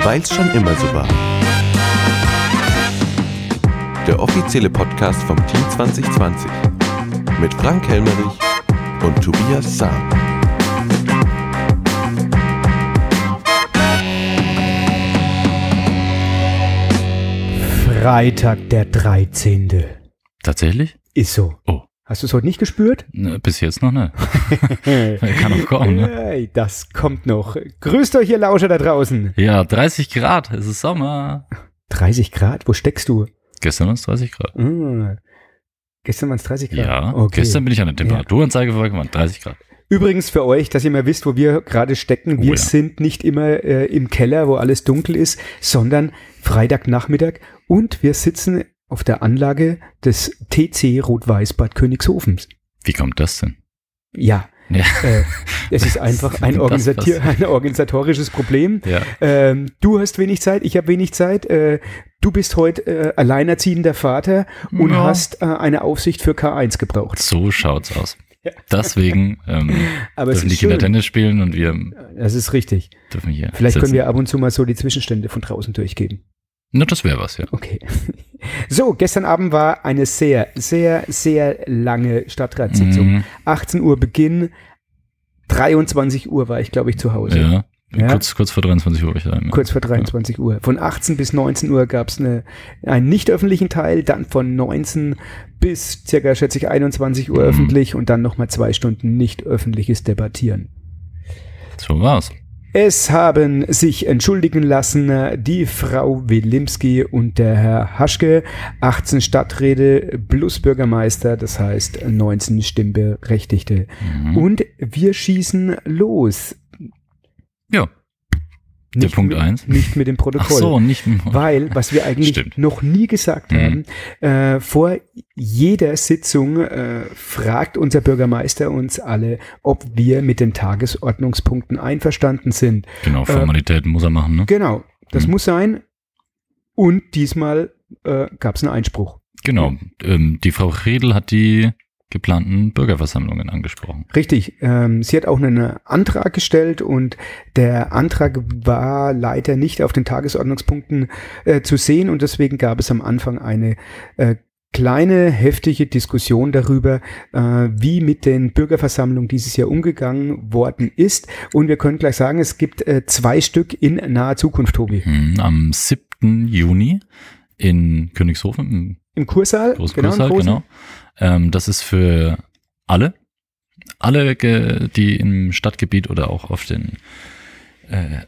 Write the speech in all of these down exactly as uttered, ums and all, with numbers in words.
Weil's schon immer so war. Der offizielle Podcast vom Team zwanzig zwanzig mit Frank Helmerich und Tobias Sam. Freitag der dreizehnte Tatsächlich? Ist so. Oh. Hast du es heute nicht gespürt? Ne, bis jetzt noch nicht. Kann auch kommen, ne? Hey, das kommt noch. Grüßt euch, ihr Lauscher da draußen. Ja, dreißig Grad, es ist Sommer. dreißig Grad? Wo steckst du? Gestern waren es dreißig Grad. Ah, gestern waren es dreißig Grad? Ja, okay. Gestern bin ich an der Temperaturanzeige vorbeigefahren, dreißig Grad. Übrigens für euch, dass ihr mal wisst, wo wir gerade stecken. Wir Oh ja. sind nicht immer äh, im Keller, wo alles dunkel ist, sondern Freitagnachmittag und wir sitzen auf der Anlage des T C Rot-Weiß Bad Königshofens. Wie kommt das denn? Ja, Ja. äh, es ist einfach ein, Das Organisati- passt. ein organisatorisches Problem. Ja. Ähm, du hast wenig Zeit, ich habe wenig Zeit. Äh, du bist heute äh, alleinerziehender Vater und Ja. hast äh, eine Aufsicht für K eins gebraucht. So schaut's aus. Ja. Deswegen ähm, Aber es dürfen die ist Kinder schön. Tennis spielen und wir Das ist richtig. dürfen hier Vielleicht sitzen. können wir ab und zu mal so die Zwischenstände von draußen durchgeben. Na, das wäre was, ja. Okay. So, gestern Abend war eine sehr, sehr, sehr lange Stadtratssitzung. Mhm. achtzehn Uhr Beginn, dreiundzwanzig Uhr war ich, glaube ich, zu Hause. Ja. Ja. Kurz, kurz vor dreiundzwanzig Uhr war ich daheim. ja. Kurz vor dreiundzwanzig Uhr. Von achtzehn bis neunzehn Uhr gab es eine, einen nicht öffentlichen Teil, dann von neunzehn bis circa, schätze ich, einundzwanzig Uhr Mhm. öffentlich und dann nochmal zwei Stunden nicht öffentliches Debattieren. So war's. Es haben sich entschuldigen lassen äh, die Frau Wilimski und der Herr Haschke, achtzehn Stadträte plus Bürgermeister, das heißt neunzehn Stimmberechtigte. Mhm. Und wir schießen los. Ja. Der Nicht Punkt mit, eins. Nicht mit dem Ach Protokoll. so, nicht Weil, was wir eigentlich Stimmt. noch nie gesagt Mhm. haben, äh, vor jeder Sitzung äh, fragt unser Bürgermeister uns alle, ob wir mit den Tagesordnungspunkten einverstanden sind. Genau, Formalitäten muss er machen, ne? Genau, das Mhm. muss sein. Und diesmal äh, gab es einen Einspruch. Genau. Ähm, die Frau Redl hat die geplanten Bürgerversammlungen angesprochen. Richtig, ähm, sie hat auch einen Antrag gestellt und der Antrag war leider nicht auf den Tagesordnungspunkten äh, zu sehen und deswegen gab es am Anfang eine äh, kleine, heftige Diskussion darüber, äh, wie mit den Bürgerversammlungen dieses Jahr umgegangen worden ist. Und wir können gleich sagen, es gibt äh, zwei Stück in naher Zukunft, Tobi. Hm, am siebten Juni in Königshofen, im Im Kursaal, großen genau, im Kursaal, großen. genau. Ähm, das ist für alle, alle, ge- die im Stadtgebiet oder auch auf den äh,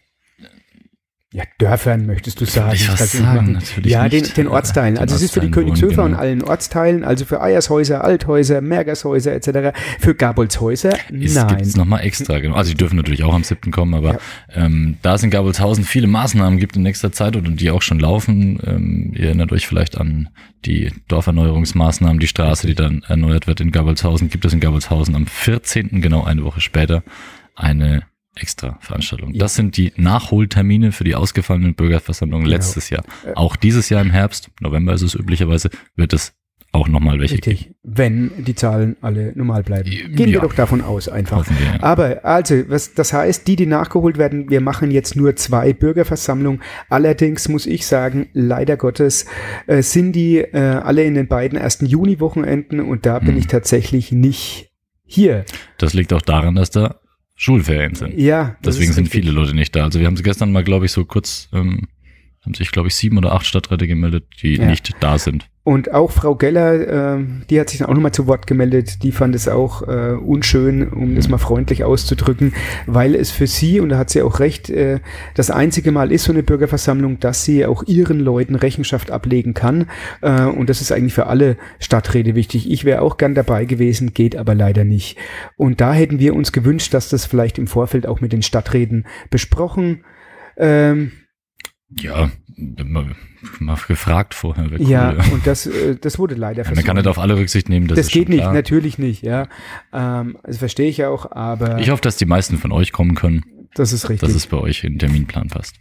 Ja, Dörfern möchtest du sagen. ich was Das kannst du sagen, machen. natürlich Ja, den, nicht. den Ortsteilen. Den Also es ist für die Ortsteilen Königshöfer wohnen, und genau. allen Ortsteilen, also für Eiershäuser, Althäuser, Mergershäuser et cetera. Für Gabolshäuser, Ist, nein. gibt's nochmal extra, genau. Also die dürfen natürlich auch am siebten kommen, aber Ja. ähm, da es in Gabolshausen viele Maßnahmen gibt in nächster Zeit und die auch schon laufen, ähm, ihr erinnert euch vielleicht an die Dorferneuerungsmaßnahmen, die Straße, die dann erneuert wird in Gabolshausen, gibt es in Gabolshausen am vierzehnten, genau eine Woche später, eine extra Veranstaltung. Ja. Das sind die Nachholtermine für die ausgefallenen Bürgerversammlungen Genau. letztes Jahr. Auch dieses Jahr im Herbst, November ist es üblicherweise, wird es auch nochmal welche geben. Richtig, wenn die Zahlen alle normal bleiben. Ja. Gehen wir doch davon aus einfach. Hoffen wir, ja. Aber also, was, das heißt, die, die nachgeholt werden, wir machen jetzt nur zwei Bürgerversammlungen. Allerdings muss ich sagen, leider Gottes äh, sind die äh, alle in den beiden ersten Juni-Wochenenden und da bin Hm. ich tatsächlich nicht hier. Das liegt auch daran, dass da Schulferien sind. Ja, das Deswegen ist sind richtig. viele Leute nicht da. Also wir haben sie gestern mal, glaube ich, so kurz, ähm, haben sich, glaube ich, sieben oder acht Stadträte gemeldet, die Ja. nicht da sind. Und auch Frau Geller, äh, die hat sich dann auch nochmal zu Wort gemeldet, die fand es auch äh, unschön, um das mal freundlich auszudrücken, weil es für sie, und da hat sie auch recht, äh, das einzige Mal ist so eine Bürgerversammlung, dass sie auch ihren Leuten Rechenschaft ablegen kann. Äh, und das ist eigentlich für alle Stadträte wichtig. Ich wäre auch gern dabei gewesen, geht aber leider nicht. Und da hätten wir uns gewünscht, dass das vielleicht im Vorfeld auch mit den Stadträten besprochen ähm, Ja, mal, mal gefragt vorher. Wäre cool, ja, und das, äh, das wurde leider Ja, man kann nicht auf alle Rücksicht nehmen. Das, Das ist geht schon nicht, klar. natürlich nicht, ja. Ähm, das verstehe ich auch, aber Ich hoffe, dass die meisten von euch kommen können, das ist richtig. dass es bei euch in den Terminplan passt.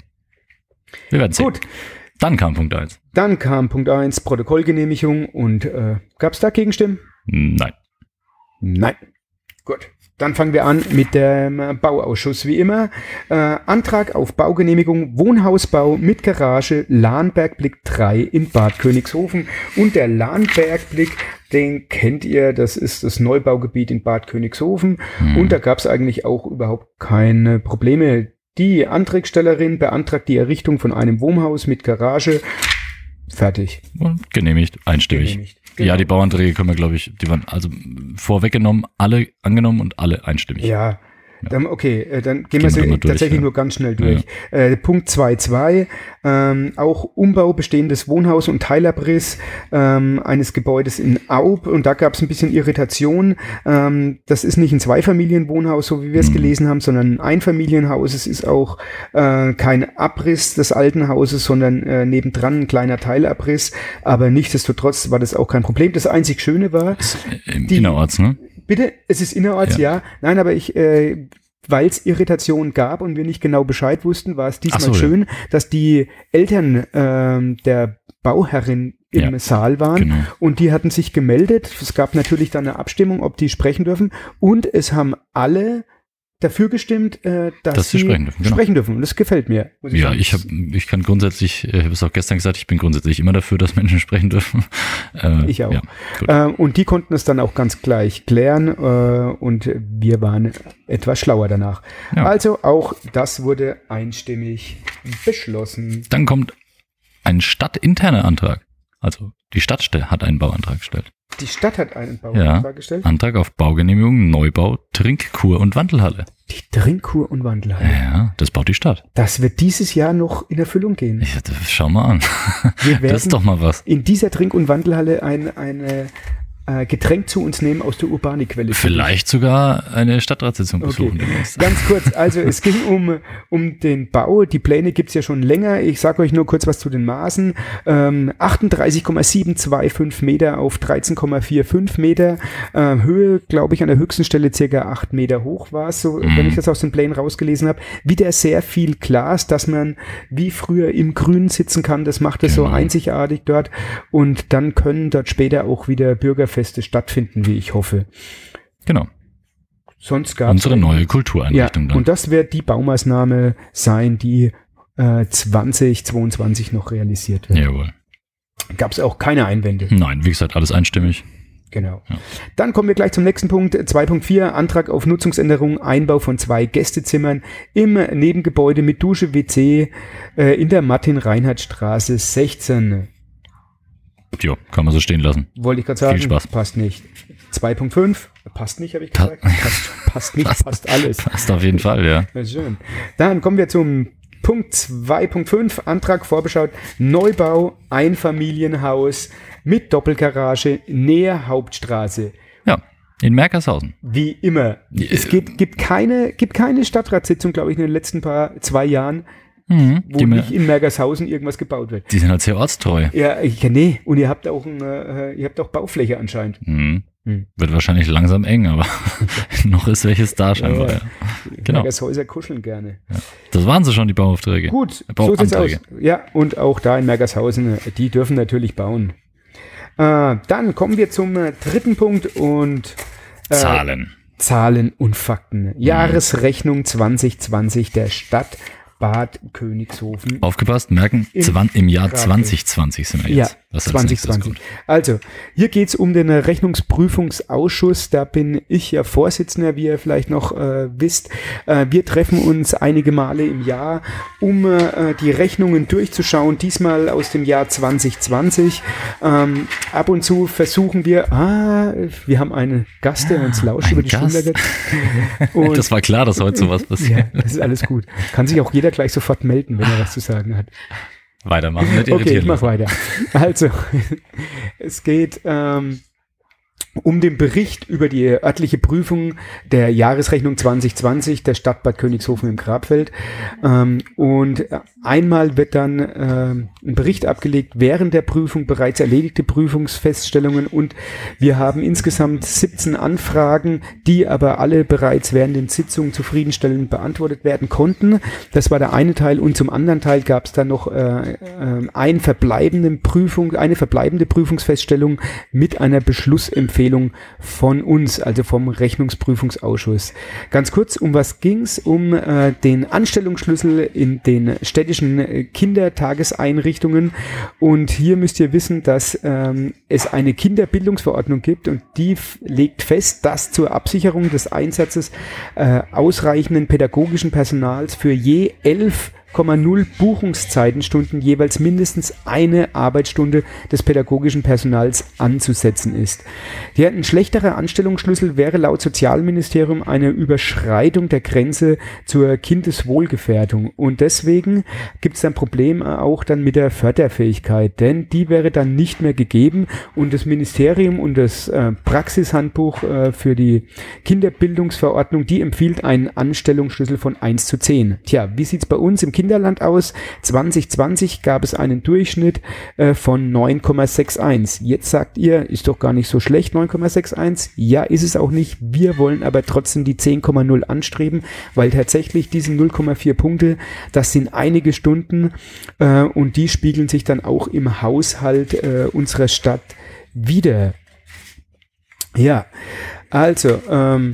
Wir werden sehen. Gut, Dann kam Punkt eins. dann kam Punkt eins, Protokollgenehmigung und äh, gab es da Gegenstimmen? Nein. Nein. Gut. Dann fangen wir an mit dem Bauausschuss. Wie immer, äh, Antrag auf Baugenehmigung, Wohnhausbau mit Garage, Lahnbergblick drei in Bad Königshofen. Und der Lahnbergblick, den kennt ihr, das ist das Neubaugebiet in Bad Königshofen. Mhm. Und da gab es eigentlich auch überhaupt keine Probleme. Die Antragstellerin beantragt die Errichtung von einem Wohnhaus mit Garage. Fertig. Und genehmigt, einstimmig. Genehmigt. Genau. Ja, die Bauanträge können wir, glaube ich, die waren also vorweggenommen, alle angenommen und alle einstimmig. Ja, ja. Dann, okay, äh, dann gehen, gehen wir, wir durch, tatsächlich ja. nur ganz schnell durch. Ja. Äh, Punkt zwei Punkt zwei, ähm, auch Umbau bestehendes Wohnhaus und Teilabriss ähm, eines Gebäudes in Aub, und da gab es ein bisschen Irritation. Ähm, das ist nicht ein Zweifamilienwohnhaus, so wie wir es mhm. gelesen haben, sondern ein Einfamilienhaus. Es ist auch äh, kein Abriss des alten Hauses, sondern äh, nebendran ein kleiner Teilabriss, aber nichtsdestotrotz war das auch kein Problem. Das einzig Schöne war... Im Innerorts, ne? Bitte? Es ist innerorts, ja. ja. Nein, aber ich, äh, weil es Irritationen gab und wir nicht genau Bescheid wussten, war es diesmal so, schön, ja. dass die Eltern ähm, der Bauherrin im ja, Saal waren, genau. und die hatten sich gemeldet. Es gab natürlich dann eine Abstimmung, ob die sprechen dürfen, und es haben alle dafür gestimmt, äh, dass, dass sie sprechen dürfen, genau. sprechen dürfen. Und das gefällt mir. Muss ich ja, sagen. ich habe, ich kann grundsätzlich, ich habe es auch gestern gesagt, ich bin grundsätzlich immer dafür, dass Menschen sprechen dürfen. Äh, ich auch. Ja, äh, und die konnten es dann auch ganz gleich klären, äh, und wir waren etwas schlauer danach. Ja. Also auch das wurde einstimmig beschlossen. Dann kommt ein stadtinterner Antrag. Also die Stadt hat einen Bauantrag gestellt. Die Stadt hat einen Bauantrag ja, gestellt? Antrag auf Baugenehmigung, Neubau, Trinkkur und Wandelhalle. Die Trinkkur und Wandelhalle? Ja, das baut die Stadt. Das wird dieses Jahr noch in Erfüllung gehen. Ja, das, schau mal an. Das ist doch mal was. In dieser Trink- und Wandelhalle ein, eine äh, Getränk zu uns nehmen aus der Urbani-Quelle. Vielleicht sogar eine Stadtratssitzung besuchen. Okay. Ganz kurz, also es ging um, um den Bau. Die Pläne gibt's ja schon länger. Ich sage euch nur kurz was zu den Maßen. Ähm, achtunddreißig Komma sieben zwei fünf Meter auf dreizehn Komma fünfundvierzig Meter. Äh, Höhe, glaube ich, an der höchsten Stelle circa acht Meter hoch war es, so, mhm. wenn ich das aus den Plänen rausgelesen habe. Wieder sehr viel Glas, dass man wie früher im Grün sitzen kann. Das macht es genau. so einzigartig dort. Und dann können dort später auch wieder Bürgerfeste stattfinden, wie ich hoffe. Genau. Sonst gab unsere neue Kultureinrichtung ja, dann. Und das wird die Baumaßnahme sein, die äh, zwanzig zweiundzwanzig noch realisiert wird. Jawohl. Gab es auch keine Einwände? Nein, wie gesagt, alles einstimmig. Genau. Ja. Dann kommen wir gleich zum nächsten Punkt. zwei Punkt vier, Antrag auf Nutzungsänderung, Einbau von zwei Gästezimmern im Nebengebäude mit Dusche, W C äh, in der Martin-Reinhardt-Straße sechzehn. Ja, kann man so stehen lassen. Wollte ich gerade sagen. Viel Spaß. Passt nicht. zwei Punkt fünf, passt nicht, habe ich gesagt. Passt, passt nicht, passt, passt alles. Passt auf jeden Fall, ja. Ja, schön. Dann kommen wir zum Punkt zwei Punkt fünf, Antrag vorbeschaut, Neubau, Einfamilienhaus mit Doppelgarage, Nähe Hauptstraße. Ja, in Merkershausen. Wie immer. Es gibt, gibt keine, gibt keine Stadtratssitzung, glaube ich, in den letzten paar, zwei Jahren, Mhm, wo nicht in Mergershausen irgendwas gebaut wird. Die sind halt sehr ortstreu. Ja, ich, nee, und ihr habt auch ein, äh, ihr habt auch Baufläche anscheinend. Mhm. Mhm. Wird wahrscheinlich langsam eng, aber noch ist welches da scheinbar. Ja, ja. Genau. Mergershäuser kuscheln gerne. Ja. Das waren sie schon, die Bauaufträge. Gut, so sieht's aus. Ja, und auch da in Mergershausen, die dürfen natürlich bauen. Äh, dann kommen wir zum äh, dritten Punkt und äh, Zahlen. Zahlen und Fakten. Mhm. Jahresrechnung zwanzig zwanzig der Stadt Bad Königshofen. Aufgepasst, merken, Im, im Jahr zwanzig zwanzig sind wir jetzt. Ja, zwanzig zwanzig. Also, hier geht's um den Rechnungsprüfungsausschuss. Da bin ich ja Vorsitzender, wie ihr vielleicht noch äh, wisst. Äh, wir treffen uns einige Male im Jahr, um äh, die Rechnungen durchzuschauen. Diesmal aus dem Jahr zwanzig zwanzig. Ähm, ab und zu versuchen wir, ah, wir haben einen Gast, der uns lauscht über die Schulter geht. Das war klar, dass heute sowas passiert. Ja, das ist alles gut. Kann sich auch jeder gleich sofort melden, wenn er was zu sagen hat. Weitermachen, nicht irritieren. Okay, ich mach weiter. Also, es geht ähm, um den Bericht über die örtliche Prüfung der Jahresrechnung zwanzig zwanzig der Stadt Bad Königshofen im Grabfeld. Ähm, und einmal wird dann ähm, ein Bericht abgelegt, während der Prüfung bereits erledigte Prüfungsfeststellungen, und wir haben insgesamt siebzehn Anfragen, die aber alle bereits während den Sitzungen zufriedenstellend beantwortet werden konnten. Das war der eine Teil, und zum anderen Teil gab es dann noch äh, äh, ein verbleibende Prüfung, eine verbleibende Prüfungsfeststellung mit einer Beschlussempfehlung Empfehlung von uns, also vom Rechnungsprüfungsausschuss. Ganz kurz, um was ging's? Um äh, den Anstellungsschlüssel in den städtischen äh, Kindertageseinrichtungen. Und hier müsst ihr wissen, dass ähm, es eine Kinderbildungsverordnung gibt und die f- legt fest, dass zur Absicherung des Einsatzes äh, ausreichenden pädagogischen Personals für je elf Komma null Buchungszeitenstunden jeweils mindestens eine Arbeitsstunde des pädagogischen Personals anzusetzen ist. Der ein schlechterer Anstellungsschlüssel wäre laut Sozialministerium eine Überschreitung der Grenze zur Kindeswohlgefährdung und deswegen gibt es ein Problem auch dann mit der Förderfähigkeit, denn die wäre dann nicht mehr gegeben und das Ministerium und das äh, Praxishandbuch äh, für die Kinderbildungsverordnung, die empfiehlt einen Anstellungsschlüssel von eins zu zehn. Tja, wie sieht's bei uns im Kinderland aus? zwanzig zwanzig gab es einen Durchschnitt äh, von neun Komma einundsechzig. Jetzt sagt ihr, ist doch gar nicht so schlecht, neun Komma einundsechzig. Ja, ist es auch nicht. Wir wollen aber trotzdem die zehn Komma null anstreben, weil tatsächlich diese null Komma vier Punkte, das sind einige Stunden äh, und die spiegeln sich dann auch im Haushalt äh, unserer Stadt wieder. Ja, also, ähm,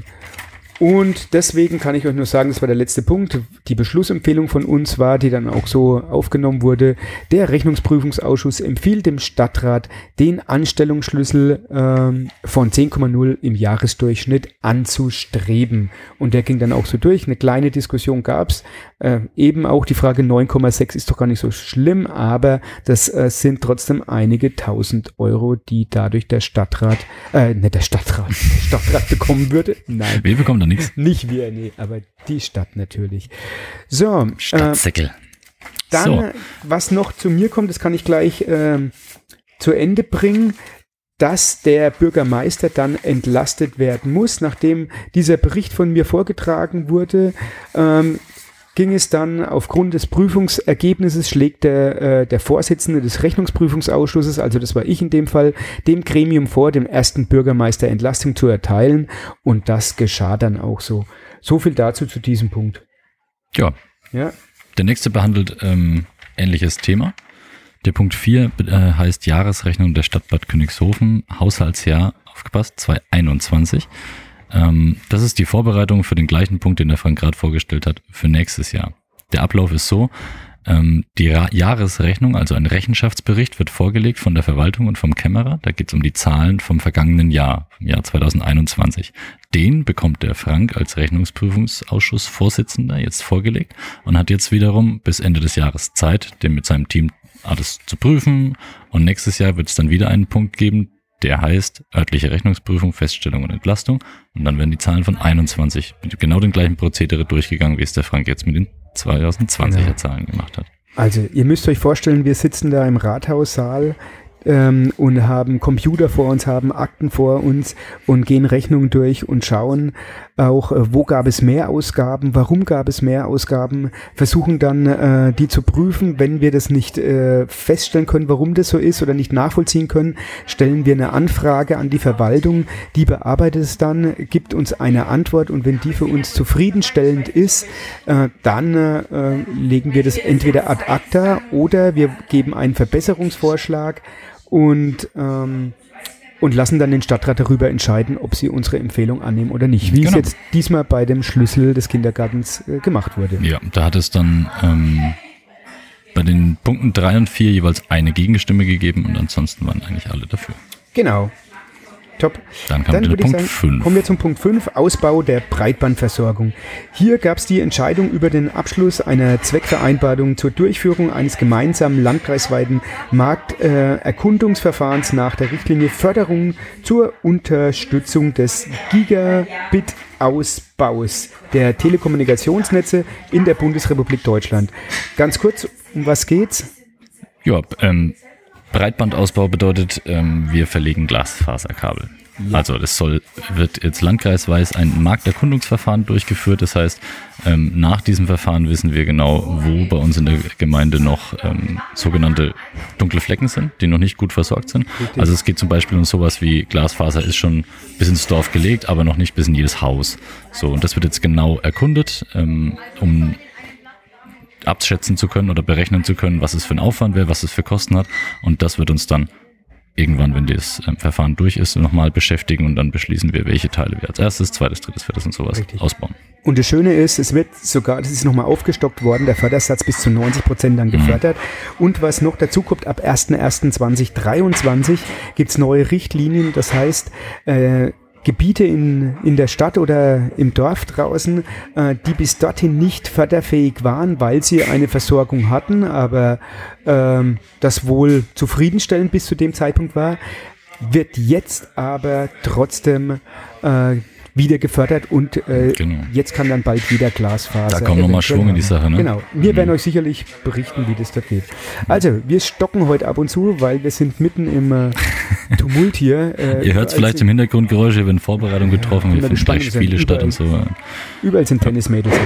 und deswegen kann ich euch nur sagen, das war der letzte Punkt. Die Beschlussempfehlung von uns war, die dann auch so aufgenommen wurde. Der Rechnungsprüfungsausschuss empfiehlt dem Stadtrat, den Anstellungsschlüssel ähm, von zehn Komma null im Jahresdurchschnitt anzustreben. Und der ging dann auch so durch. Eine kleine Diskussion gab's. Äh, eben auch die Frage neun Komma sechs ist doch gar nicht so schlimm, aber das äh, sind trotzdem einige tausend Euro, die dadurch der Stadtrat, äh, nicht der Stadtrat, der Stadtrat bekommen würde. Nein. Wir bekommen da nichts. Nicht wir, nee, aber die Stadt natürlich. So. Stadtsäckel. Äh, dann, so. was noch zu mir kommt, das kann ich gleich äh, zu Ende bringen, dass der Bürgermeister dann entlastet werden muss. Nachdem dieser Bericht von mir vorgetragen wurde, ähm, ging es dann aufgrund des Prüfungsergebnisses, schlägt der, äh, der Vorsitzende des Rechnungsprüfungsausschusses, also das war ich in dem Fall, dem Gremium vor, dem ersten Bürgermeister Entlastung zu erteilen und das geschah dann auch so. So viel dazu zu diesem Punkt. Ja. Ja. Der nächste behandelt ähm, ähnliches Thema. Der Punkt vier äh, heißt Jahresrechnung der Stadt Bad Königshofen, Haushaltsjahr, aufgepasst, zweitausendeinundzwanzig. Ähm, das ist die Vorbereitung für den gleichen Punkt, den der Frank gerade vorgestellt hat, für nächstes Jahr. Der Ablauf ist so, ähm, die Ra- Jahresrechnung, also ein Rechenschaftsbericht, wird vorgelegt von der Verwaltung und vom Kämmerer. Da geht es um die Zahlen vom vergangenen Jahr, vom Jahr zweitausendeinundzwanzig. Den bekommt der Frank als Rechnungsprüfungsausschussvorsitzender jetzt vorgelegt und hat jetzt wiederum bis Ende des Jahres Zeit, den mit seinem Team alles zu prüfen. Und nächstes Jahr wird es dann wieder einen Punkt geben, der heißt örtliche Rechnungsprüfung, Feststellung und Entlastung. Und dann werden die Zahlen von einundzwanzig mit genau dem gleichen Prozedere durchgegangen, wie es der Frank jetzt mit den zweitausendzwanziger genau. Zahlen gemacht hat. Also ihr müsst euch vorstellen, wir sitzen da im Rathaussaal ähm, und haben Computer vor uns, haben Akten vor uns und gehen Rechnungen durch und schauen auch, äh, wo gab es mehr Ausgaben, warum gab es mehr Ausgaben, versuchen dann äh, die zu prüfen. Wenn wir das nicht äh, feststellen können, warum das so ist oder nicht nachvollziehen können, stellen wir eine Anfrage an die Verwaltung, die bearbeitet es dann, gibt uns eine Antwort und wenn die für uns zufriedenstellend ist, äh, dann äh, legen wir das entweder ad acta oder wir geben einen Verbesserungsvorschlag und ähm, und lassen dann den Stadtrat darüber entscheiden, ob sie unsere Empfehlung annehmen oder nicht. Wie genau. es jetzt diesmal bei dem Schlüssel des Kindergartens äh, gemacht wurde. Ja, da hat es dann ähm, bei den Punkten drei und vier jeweils eine Gegenstimme gegeben und ansonsten waren eigentlich alle dafür. Genau. Top. Dann kam der Punkt fünf. Kommen wir zum Punkt fünf, Ausbau der Breitbandversorgung. Hier gab es die Entscheidung über den Abschluss einer Zweckvereinbarung zur Durchführung eines gemeinsamen landkreisweiten Markterkundungsverfahrens äh, nach der Richtlinie Förderung zur Unterstützung des Gigabit-Ausbaus der Telekommunikationsnetze in der Bundesrepublik Deutschland. Ganz kurz, um was geht's? Ja, ähm, Breitbandausbau bedeutet, ähm, wir verlegen Glasfaserkabel. Ja. Also es soll, wird jetzt landkreisweise ein Markterkundungsverfahren durchgeführt. Das heißt, ähm, nach diesem Verfahren wissen wir genau, wo bei uns in der Gemeinde noch ähm, sogenannte dunkle Flecken sind, die noch nicht gut versorgt sind. Richtig. Also es geht zum Beispiel um sowas wie Glasfaser ist schon bis ins Dorf gelegt, aber noch nicht bis in jedes Haus. So, und das wird jetzt genau erkundet, ähm, um abschätzen zu können oder berechnen zu können, was es für ein Aufwand wäre, was es für Kosten hat. Und das wird uns dann irgendwann, wenn das ähm, Verfahren durch ist, nochmal beschäftigen und dann beschließen wir, welche Teile wir als erstes, zweites, drittes, viertes und sowas Richtig. ausbauen. Und das Schöne ist, es wird sogar, das ist nochmal aufgestockt worden, der Fördersatz bis zu neunzig Prozent dann gefördert. Mhm. Und was noch dazu kommt, ab erster erster zweitausenddreiundzwanzig gibt es neue Richtlinien, das heißt, äh, Gebiete in, in der Stadt oder im Dorf draußen, äh, die bis dorthin nicht förderfähig waren, weil sie eine Versorgung hatten, aber ähm, das wohl zufriedenstellend bis zu dem Zeitpunkt war, wird jetzt aber trotzdem äh, wieder gefördert und äh, genau. jetzt kann dann bald wieder Glasfaser. Da kommt nochmal Schwung in die Sache, ne? Genau. Wir mhm. werden euch sicherlich berichten, wie das dort geht. Also, wir stocken heute ab und zu, weil wir sind mitten im äh, Tumult hier. Äh, Ihr hört es vielleicht im Hintergrund Geräusche, wenn Vorbereitung ja, getroffen wird, finden gleich Spiele statt und so. Überall sind Tennismädels.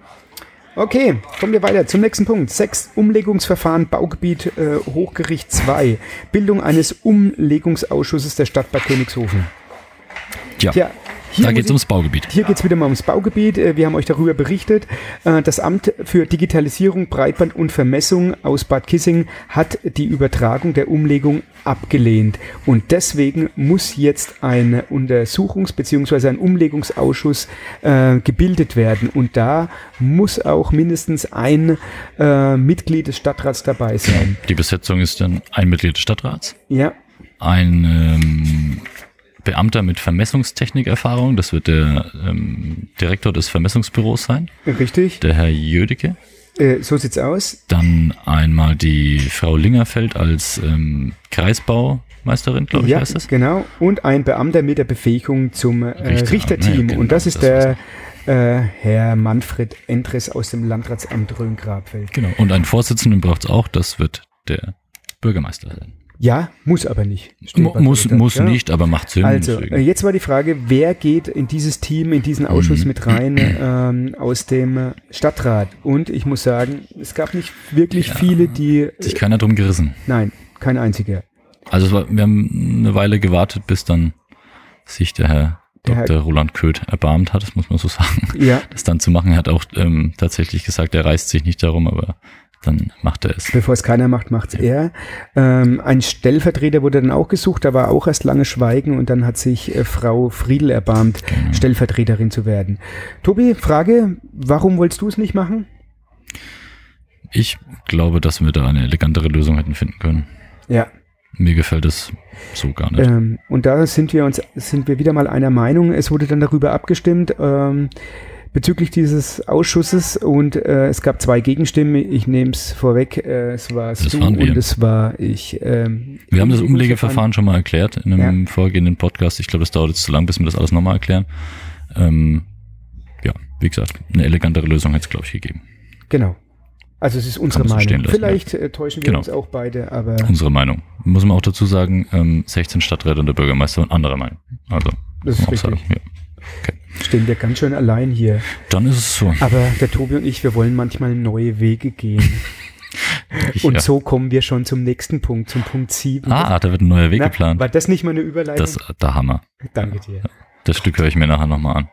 Okay, kommen wir weiter zum nächsten Punkt. Sechs Umlegungsverfahren, Baugebiet äh, Hochgericht zwei. Bildung eines Umlegungsausschusses der Stadt Bad Königshofen. Tja. Tja Hier da geht es ums Baugebiet. Hier geht es wieder mal ums Baugebiet. Wir haben euch darüber berichtet. Das Amt für Digitalisierung, Breitband und Vermessung aus Bad Kissing hat die Übertragung der Umlegung abgelehnt. Und deswegen muss jetzt ein Untersuchungs- bzw. ein Umlegungsausschuss äh, gebildet werden. Und da muss auch mindestens ein äh, Mitglied des Stadtrats dabei sein. Die Besetzung ist dann ein Mitglied des Stadtrats. Ja. Ein ähm, Beamter mit Vermessungstechnikerfahrung, das wird der ähm, Direktor des Vermessungsbüros sein. Richtig. Der Herr Jödecke. Äh, so sieht's aus. Dann einmal die Frau Lingerfeld als ähm, Kreisbaumeisterin, glaube ich, ja, heißt das. Genau. Und ein Beamter mit der Befähigung zum äh, Richter, Richterteam. ja, genau, und das ist das der äh, Herr Manfred Endres aus dem Landratsamt Rhön-Grabfeld. Genau. Und einen Vorsitzenden braucht es auch, das wird der Bürgermeister sein. Ja, muss aber nicht. Mo- muss dort, muss ja. nicht, aber macht Sinn. Also, deswegen. äh, jetzt war die Frage, wer geht in dieses Team, in diesen Ausschuss Mhm. mit rein ähm, aus dem äh, Stadtrat? Und ich muss sagen, es gab nicht wirklich Ja, viele, die... Äh, sich keiner drum gerissen. nein, kein einziger. Also es war, wir haben eine Weile gewartet, bis dann sich der Herr Der Doktor Herr- Roland Köth erbarmt hat, das muss man so sagen, Ja, das dann zu machen. Er hat auch ähm, tatsächlich gesagt, er reißt sich nicht darum, aber dann macht er es. bevor es keiner macht, macht's er. Ähm, ein Stellvertreter wurde dann auch gesucht, da war auch erst lange Schweigen und dann hat sich äh, Frau Friedl erbarmt, Genau. Stellvertreterin zu werden. Tobi, Frage, warum wolltest du es nicht machen? Ich glaube, dass wir da eine elegantere Lösung hätten finden können. Ja. Mir gefällt es so gar nicht. Ähm, und da sind wir uns, sind wir wieder mal einer Meinung. Es wurde dann darüber abgestimmt, ähm, bezüglich dieses Ausschusses und äh, es gab zwei Gegenstimmen. Ich nehme es vorweg, äh, es war Das du waren wir. und es war ich. Ähm, Wir haben das Umlegeverfahren schon mal erklärt in einem vorgehenden Podcast. Ich glaube, das dauert jetzt zu lang, bis wir das alles nochmal erklären. Ähm, ja, wie gesagt, eine elegantere Lösung hätte es, glaube ich, gegeben. Genau. Also es ist unsere Kann man so stehen Meinung. lassen, Vielleicht äh, täuschen wir Genau. uns auch beide, aber Unsere Meinung. Muss man auch dazu sagen, ähm, sechzehn Stadträte und der Bürgermeister und andere Meinung. Also, das muss man ist auch richtig. sagen, ja. Stehen wir ganz schön allein hier. Dann ist es so. Aber der Tobi und ich, wir wollen manchmal neue Wege gehen. Und Ja. so kommen wir schon zum nächsten Punkt, zum Punkt sieben. Ah, da wird ein neuer Weg Na, geplant. war das nicht mal eine Überleitung? Das, der Hammer. Danke dir. Das Stück höre ich mir nachher nochmal an.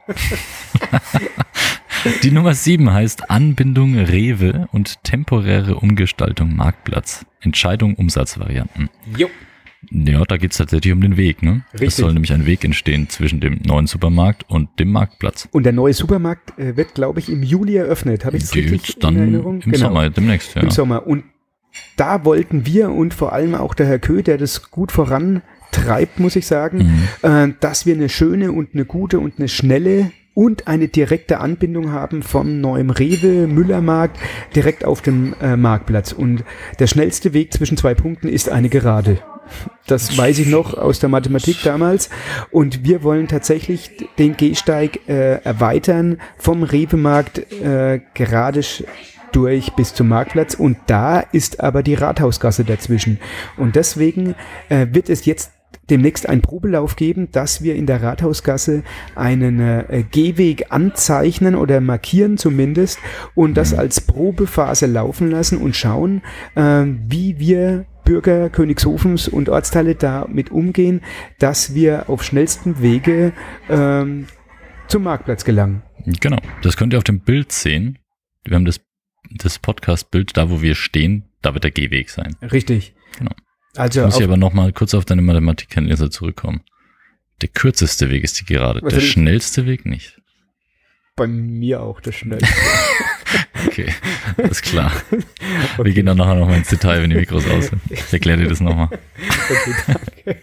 Die Nummer sieben heißt Anbindung Rewe und temporäre Umgestaltung Marktplatz. Entscheidung Umsatzvarianten. Jo. Ja, da geht es tatsächlich um den Weg. Ne? Richtig. Es soll nämlich ein Weg entstehen zwischen dem neuen Supermarkt und dem Marktplatz. Und der neue Supermarkt äh, wird, glaube ich, im Juli eröffnet. Habe ich das richtig Jetzt dann in Erinnerung? im Sommer, demnächst. Ja. Im Sommer. Und da wollten wir und vor allem auch der Herr Köh, der das gut vorantreibt, muss ich sagen, Mhm. äh, dass wir eine schöne und eine gute und eine schnelle und eine direkte Anbindung haben vom neuen Rewe Müllermarkt direkt auf dem äh, Marktplatz. Und der schnellste Weg zwischen zwei Punkten ist eine Gerade. Das weiß ich noch aus der Mathematik damals. Und wir wollen tatsächlich den Gehsteig äh, erweitern vom Rewe-Markt äh, gerade sch- durch bis zum Marktplatz. Und da ist aber die Rathausgasse dazwischen. Und deswegen äh, wird es jetzt demnächst einen Probelauf geben, dass wir in der Rathausgasse einen äh, Gehweg anzeichnen oder markieren zumindest und das als Probephase laufen lassen und schauen, äh, wie wir Bürger Königshofens und Ortsteile damit umgehen, dass wir auf schnellstem Wege ähm, zum Marktplatz gelangen. Genau, das könnt ihr auf dem Bild sehen. Wir haben das, das Podcast-Bild, da wo wir stehen, da wird der Gehweg sein. Richtig. Genau. Also muss ich aber noch mal kurz auf deine Mathematikkenntnisse zurückkommen. Der kürzeste Weg ist die Gerade, der schnellste Weg nicht. Bei mir auch der schnellste. Okay, alles klar. Okay. Wir gehen dann nachher noch mal ins Detail, wenn die Mikros aus sind. Ich erkläre dir das nochmal. Okay, danke.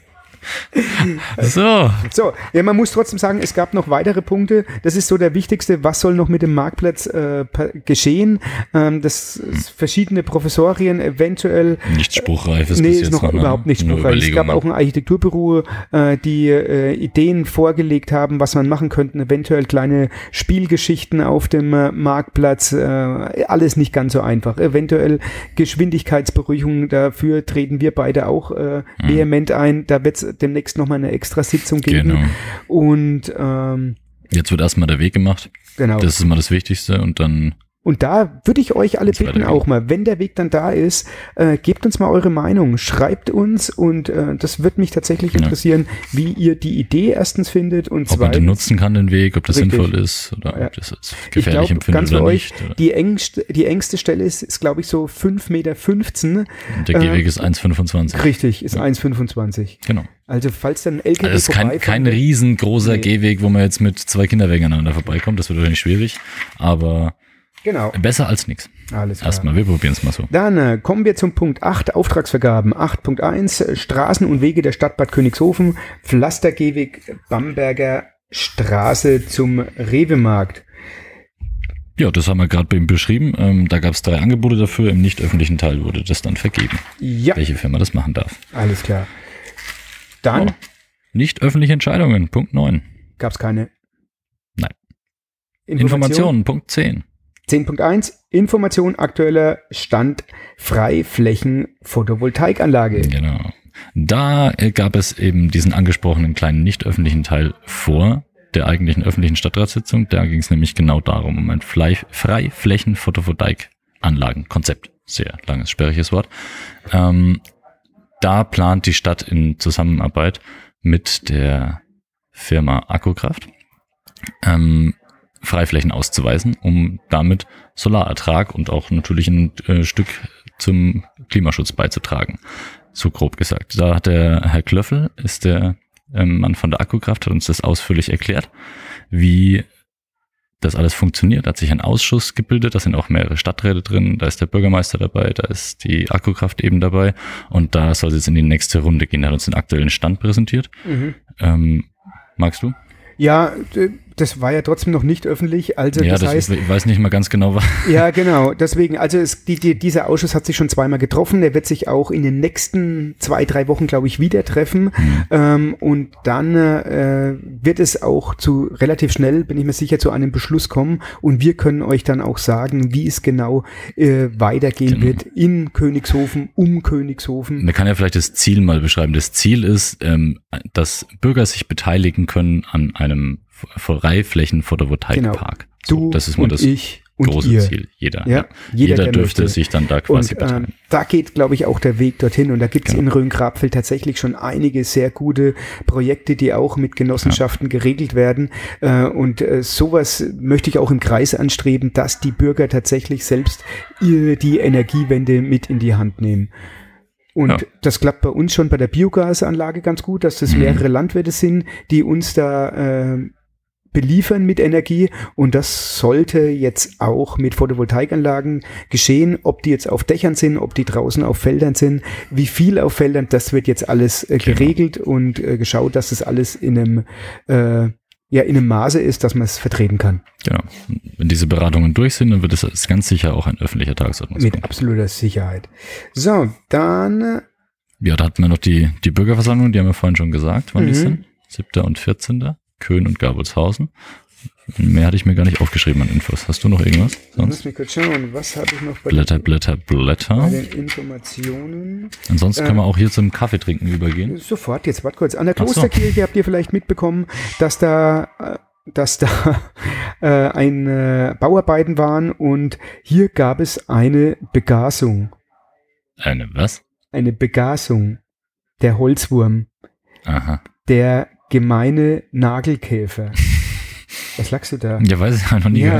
So. So, ja, man muss trotzdem sagen, es gab noch weitere Punkte. Das ist so der wichtigste. Was soll noch mit dem Marktplatz äh, geschehen? Ähm, das hm. verschiedene Professorien eventuell. Nicht spruchreif ist nee, bis ist jetzt noch, noch überhaupt nicht spruchreif. Es gab auch ein Architekturbüro, äh, die äh, Ideen vorgelegt haben, was man machen könnte. Eventuell kleine Spielgeschichten auf dem äh, Marktplatz. Äh, alles nicht ganz so einfach. Eventuell Geschwindigkeitsberuhigung. Dafür treten wir beide auch äh, vehement hm. ein. Da wird es demnächst nochmal eine extra Sitzung geben. Genau. Und ähm, jetzt wird erstmal der Weg gemacht. Genau. Das ist immer das Wichtigste und dann. Und da würde ich euch alle bitten auch mal, wenn der Weg dann da ist, äh, gebt uns mal eure Meinung, schreibt uns und äh, das wird mich tatsächlich interessieren, ja. wie ihr die Idee erstens findet und zweitens. Ob man den nutzen kann, den Weg, ob das richtig. sinnvoll ist oder ja. ob das als gefährlich ich glaub, empfindet ganz oder euch, nicht. Oder? Die, engste, die engste Stelle ist, ist glaube ich, so fünf Meter fünfzehn. Und der Gehweg äh, ist eins Komma fünfundzwanzig. Richtig, ist ja. eins Komma fünfundzwanzig. Genau. Also falls dann ein L K W also es ist kein, kein riesengroßer nee. Gehweg, wo man jetzt mit zwei Kinderwegen aneinander vorbeikommt, das wird wahrscheinlich schwierig, aber genau. Besser als nichts. Alles klar. Erstmal, wir probieren es mal so. Dann äh, kommen wir zum Punkt acht, Auftragsvergaben. acht Punkt eins, Straßen und Wege der Stadt Bad Königshofen, Pflastergehweg Bamberger Straße zum Rewe-Markt. Ja, das haben wir gerade bei ihm beschrieben. Ähm, da gab es drei Angebote dafür. Im nicht öffentlichen Teil wurde das dann vergeben. Ja. Welche Firma das machen darf. Alles klar. Dann. Oh, nicht öffentliche Entscheidungen. Punkt neun. Gab es keine. Nein. Informationen. Informationen. Punkt zehn. zehn Punkt eins, Information aktueller Stand Freiflächen Photovoltaikanlage. Genau. Da äh, gab es eben diesen angesprochenen kleinen nicht öffentlichen Teil vor der eigentlichen öffentlichen Stadtratssitzung. Da ging es nämlich genau darum, um ein Freiflächen-Photovoltaikanlagenkonzept. Sehr langes, sperriges Wort. Ähm, da plant die Stadt in Zusammenarbeit mit der Firma Akkokraft ähm, Freiflächen auszuweisen, um damit Solarertrag und auch natürlich ein äh, Stück zum Klimaschutz beizutragen. So grob gesagt. Da hat der Herr Klöffel, ist der ähm, Mann von der Akkokraft, hat uns das ausführlich erklärt, wie das alles funktioniert. Da hat sich ein Ausschuss gebildet, da sind auch mehrere Stadträte drin, da ist der Bürgermeister dabei, da ist die Akkokraft eben dabei und da soll es jetzt in die nächste Runde gehen. Er hat uns den aktuellen Stand präsentiert. Mhm. Ähm, magst du? Ja, das war ja trotzdem noch nicht öffentlich. Also ja, das, das heißt, ist, ich weiß nicht mal ganz genau, was. Ja, genau. Deswegen, also es, die, die, dieser Ausschuss hat sich schon zweimal getroffen. Der wird sich auch in den nächsten zwei, drei Wochen, glaube ich, wieder treffen. Mhm. Ähm, und dann äh, wird es auch zu relativ schnell, bin ich mir sicher, zu einem Beschluss kommen. Und wir können euch dann auch sagen, wie es genau äh, weitergehen genau. wird in Königshofen, um Königshofen. Man kann ja vielleicht das Ziel mal beschreiben. Das Ziel ist, ähm, dass Bürger sich beteiligen können an einem Freiflächen-Photovoltaikpark. Genau. Du so, das ist mal und das ich und große ihr. Ziel. Jeder. Ja, ja. Jeder, jeder dürfte möchte. sich dann da quasi und, beteiligen. Ähm, da geht, glaube ich, auch der Weg dorthin. Und da gibt es genau. in Rhön-Grabfeld tatsächlich schon einige sehr gute Projekte, die auch mit Genossenschaften ja. geregelt werden. Äh, und äh, sowas möchte ich auch im Kreis anstreben, dass die Bürger tatsächlich selbst ihr, die Energiewende mit in die Hand nehmen. Und ja. das klappt bei uns schon bei der Biogasanlage ganz gut, dass das mehrere mhm. Landwirte sind, die uns da äh, beliefern mit Energie. Und das sollte jetzt auch mit Photovoltaikanlagen geschehen, ob die jetzt auf Dächern sind, ob die draußen auf Feldern sind, wie viel auf Feldern, das wird jetzt alles äh, geregelt genau. und äh, geschaut, dass das alles in einem äh, ja in einem Maße ist, dass man es vertreten kann. Genau. Wenn diese Beratungen durch sind, dann wird es ganz sicher auch ein öffentlicher Tagesordnungspunkt. Mit absoluter Sicherheit. So, dann... Ja, da hatten wir noch die, die Bürgerversammlung, die haben wir vorhin schon gesagt, wann mhm. die sind. siebter und vierzehnter Köhn und Gabolshausen. Mehr hatte ich mir gar nicht aufgeschrieben an Infos. Hast du noch irgendwas? Sonst? Lass mich kurz schauen, was habe ich noch bei Blätter, den, Blätter, Blätter. bei den Informationen? Ansonsten äh, können wir auch hier zum Kaffeetrinken übergehen. Sofort, jetzt warte kurz. An der Klosterkirche so. Habt ihr vielleicht mitbekommen, dass da, dass da äh, ein äh, Bauarbeiten waren und hier gab es eine Begasung. Eine was? Eine Begasung. Der Holzwurm. Aha. Der gemeine Nagelkäfer. Was lachst du da? Ja, weiß ich, habe noch nie ja, gehört.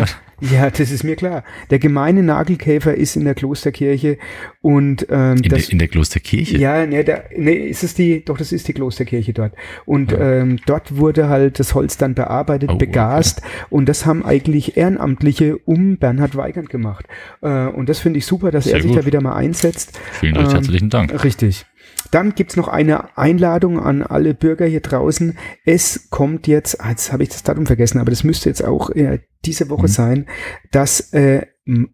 Ja, das ist mir klar. Der gemeine Nagelkäfer ist in der Klosterkirche und ähm, in, das, der, in der Klosterkirche? Ja, ne, da, ne, ist es die, doch, das ist die Klosterkirche dort. Und Ja. ähm, dort wurde halt das Holz dann bearbeitet, Oh, begast und das haben eigentlich Ehrenamtliche um Bernhard Weigand gemacht. Äh, und das finde ich super, dass Sehr er sich gut. da wieder mal einsetzt. Vielen recht Ähm, herzlichen Dank. Richtig. Dann gibt's noch eine Einladung an alle Bürger hier draußen. Es kommt jetzt, ah, jetzt habe ich das Datum vergessen, aber das müsste jetzt auch äh, diese Woche Mhm. sein, das äh,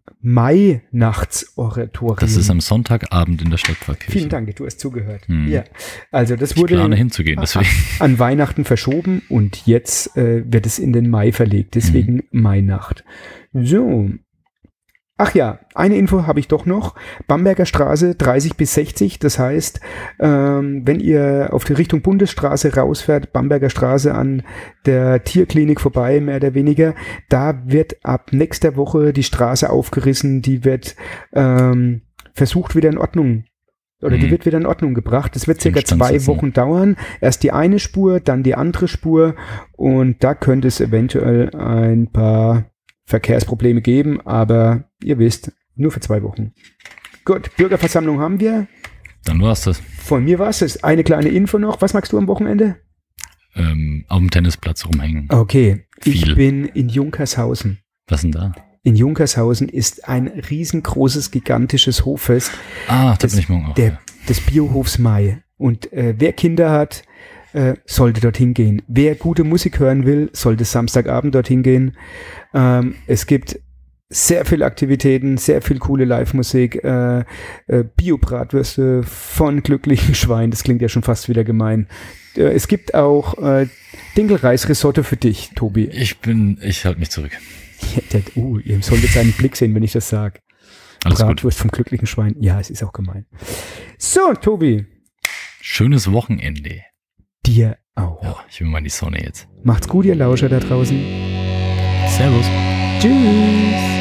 Mai-Nachtsoratorium. Das ist am Sonntagabend in der Stadtpfarrkirche. Vielen Dank, du hast zugehört. Mhm. Ja, also das Ich wurde plane hinzugehen, deswegen. an Weihnachten verschoben und jetzt äh, wird es in den Mai verlegt, deswegen Mhm. Mainacht. So. Ach ja, eine Info habe ich doch noch. Bamberger Straße dreißig bis sechzig, das heißt, ähm, wenn ihr auf die Richtung Bundesstraße rausfährt, Bamberger Straße an der Tierklinik vorbei, mehr oder weniger, da wird ab nächster Woche die Straße aufgerissen, die wird ähm, versucht wieder in Ordnung oder die Mhm. wird wieder in Ordnung gebracht. Das wird circa Instand zwei setzen. Wochen dauern. Erst die eine Spur, dann die andere Spur und da könnte es eventuell ein paar Verkehrsprobleme geben, aber ihr wisst, nur für zwei Wochen. Gut, Bürgerversammlung haben wir. Dann war's das. Von mir war es das. Eine kleine Info noch. Was magst du am Wochenende? Ähm, auf dem Tennisplatz rumhängen. Okay, ich Viel. bin in Junkershausen. Was denn da? In Junkershausen ist ein riesengroßes, gigantisches Hoffest. Ah, da Das- bin ich morgen auch. Der, ja. des Biohofs Mai. Und äh, wer Kinder hat, äh, sollte dorthin gehen. Wer gute Musik hören will, sollte Samstagabend dorthin gehen. Ähm, es gibt sehr viele Aktivitäten, sehr viel coole Live-Musik, äh, äh, Bio-Bratwürste von Glücklichen Schwein, das klingt ja schon fast wieder gemein. Äh, es gibt auch äh, Dinkelreis-Risotto für dich, Tobi. Ich bin, ich halte mich zurück. Ja, der, uh, ihr solltet seinen Blick sehen, wenn ich das sage. Alles gut. Bratwurst vom Glücklichen Schwein. Ja, es ist auch gemein. So, Tobi, Schönes Wochenende. dir auch. Ja, ich will mal in die Sonne jetzt. Macht's gut, ihr Lauscher da draußen. Servus. Tschüss.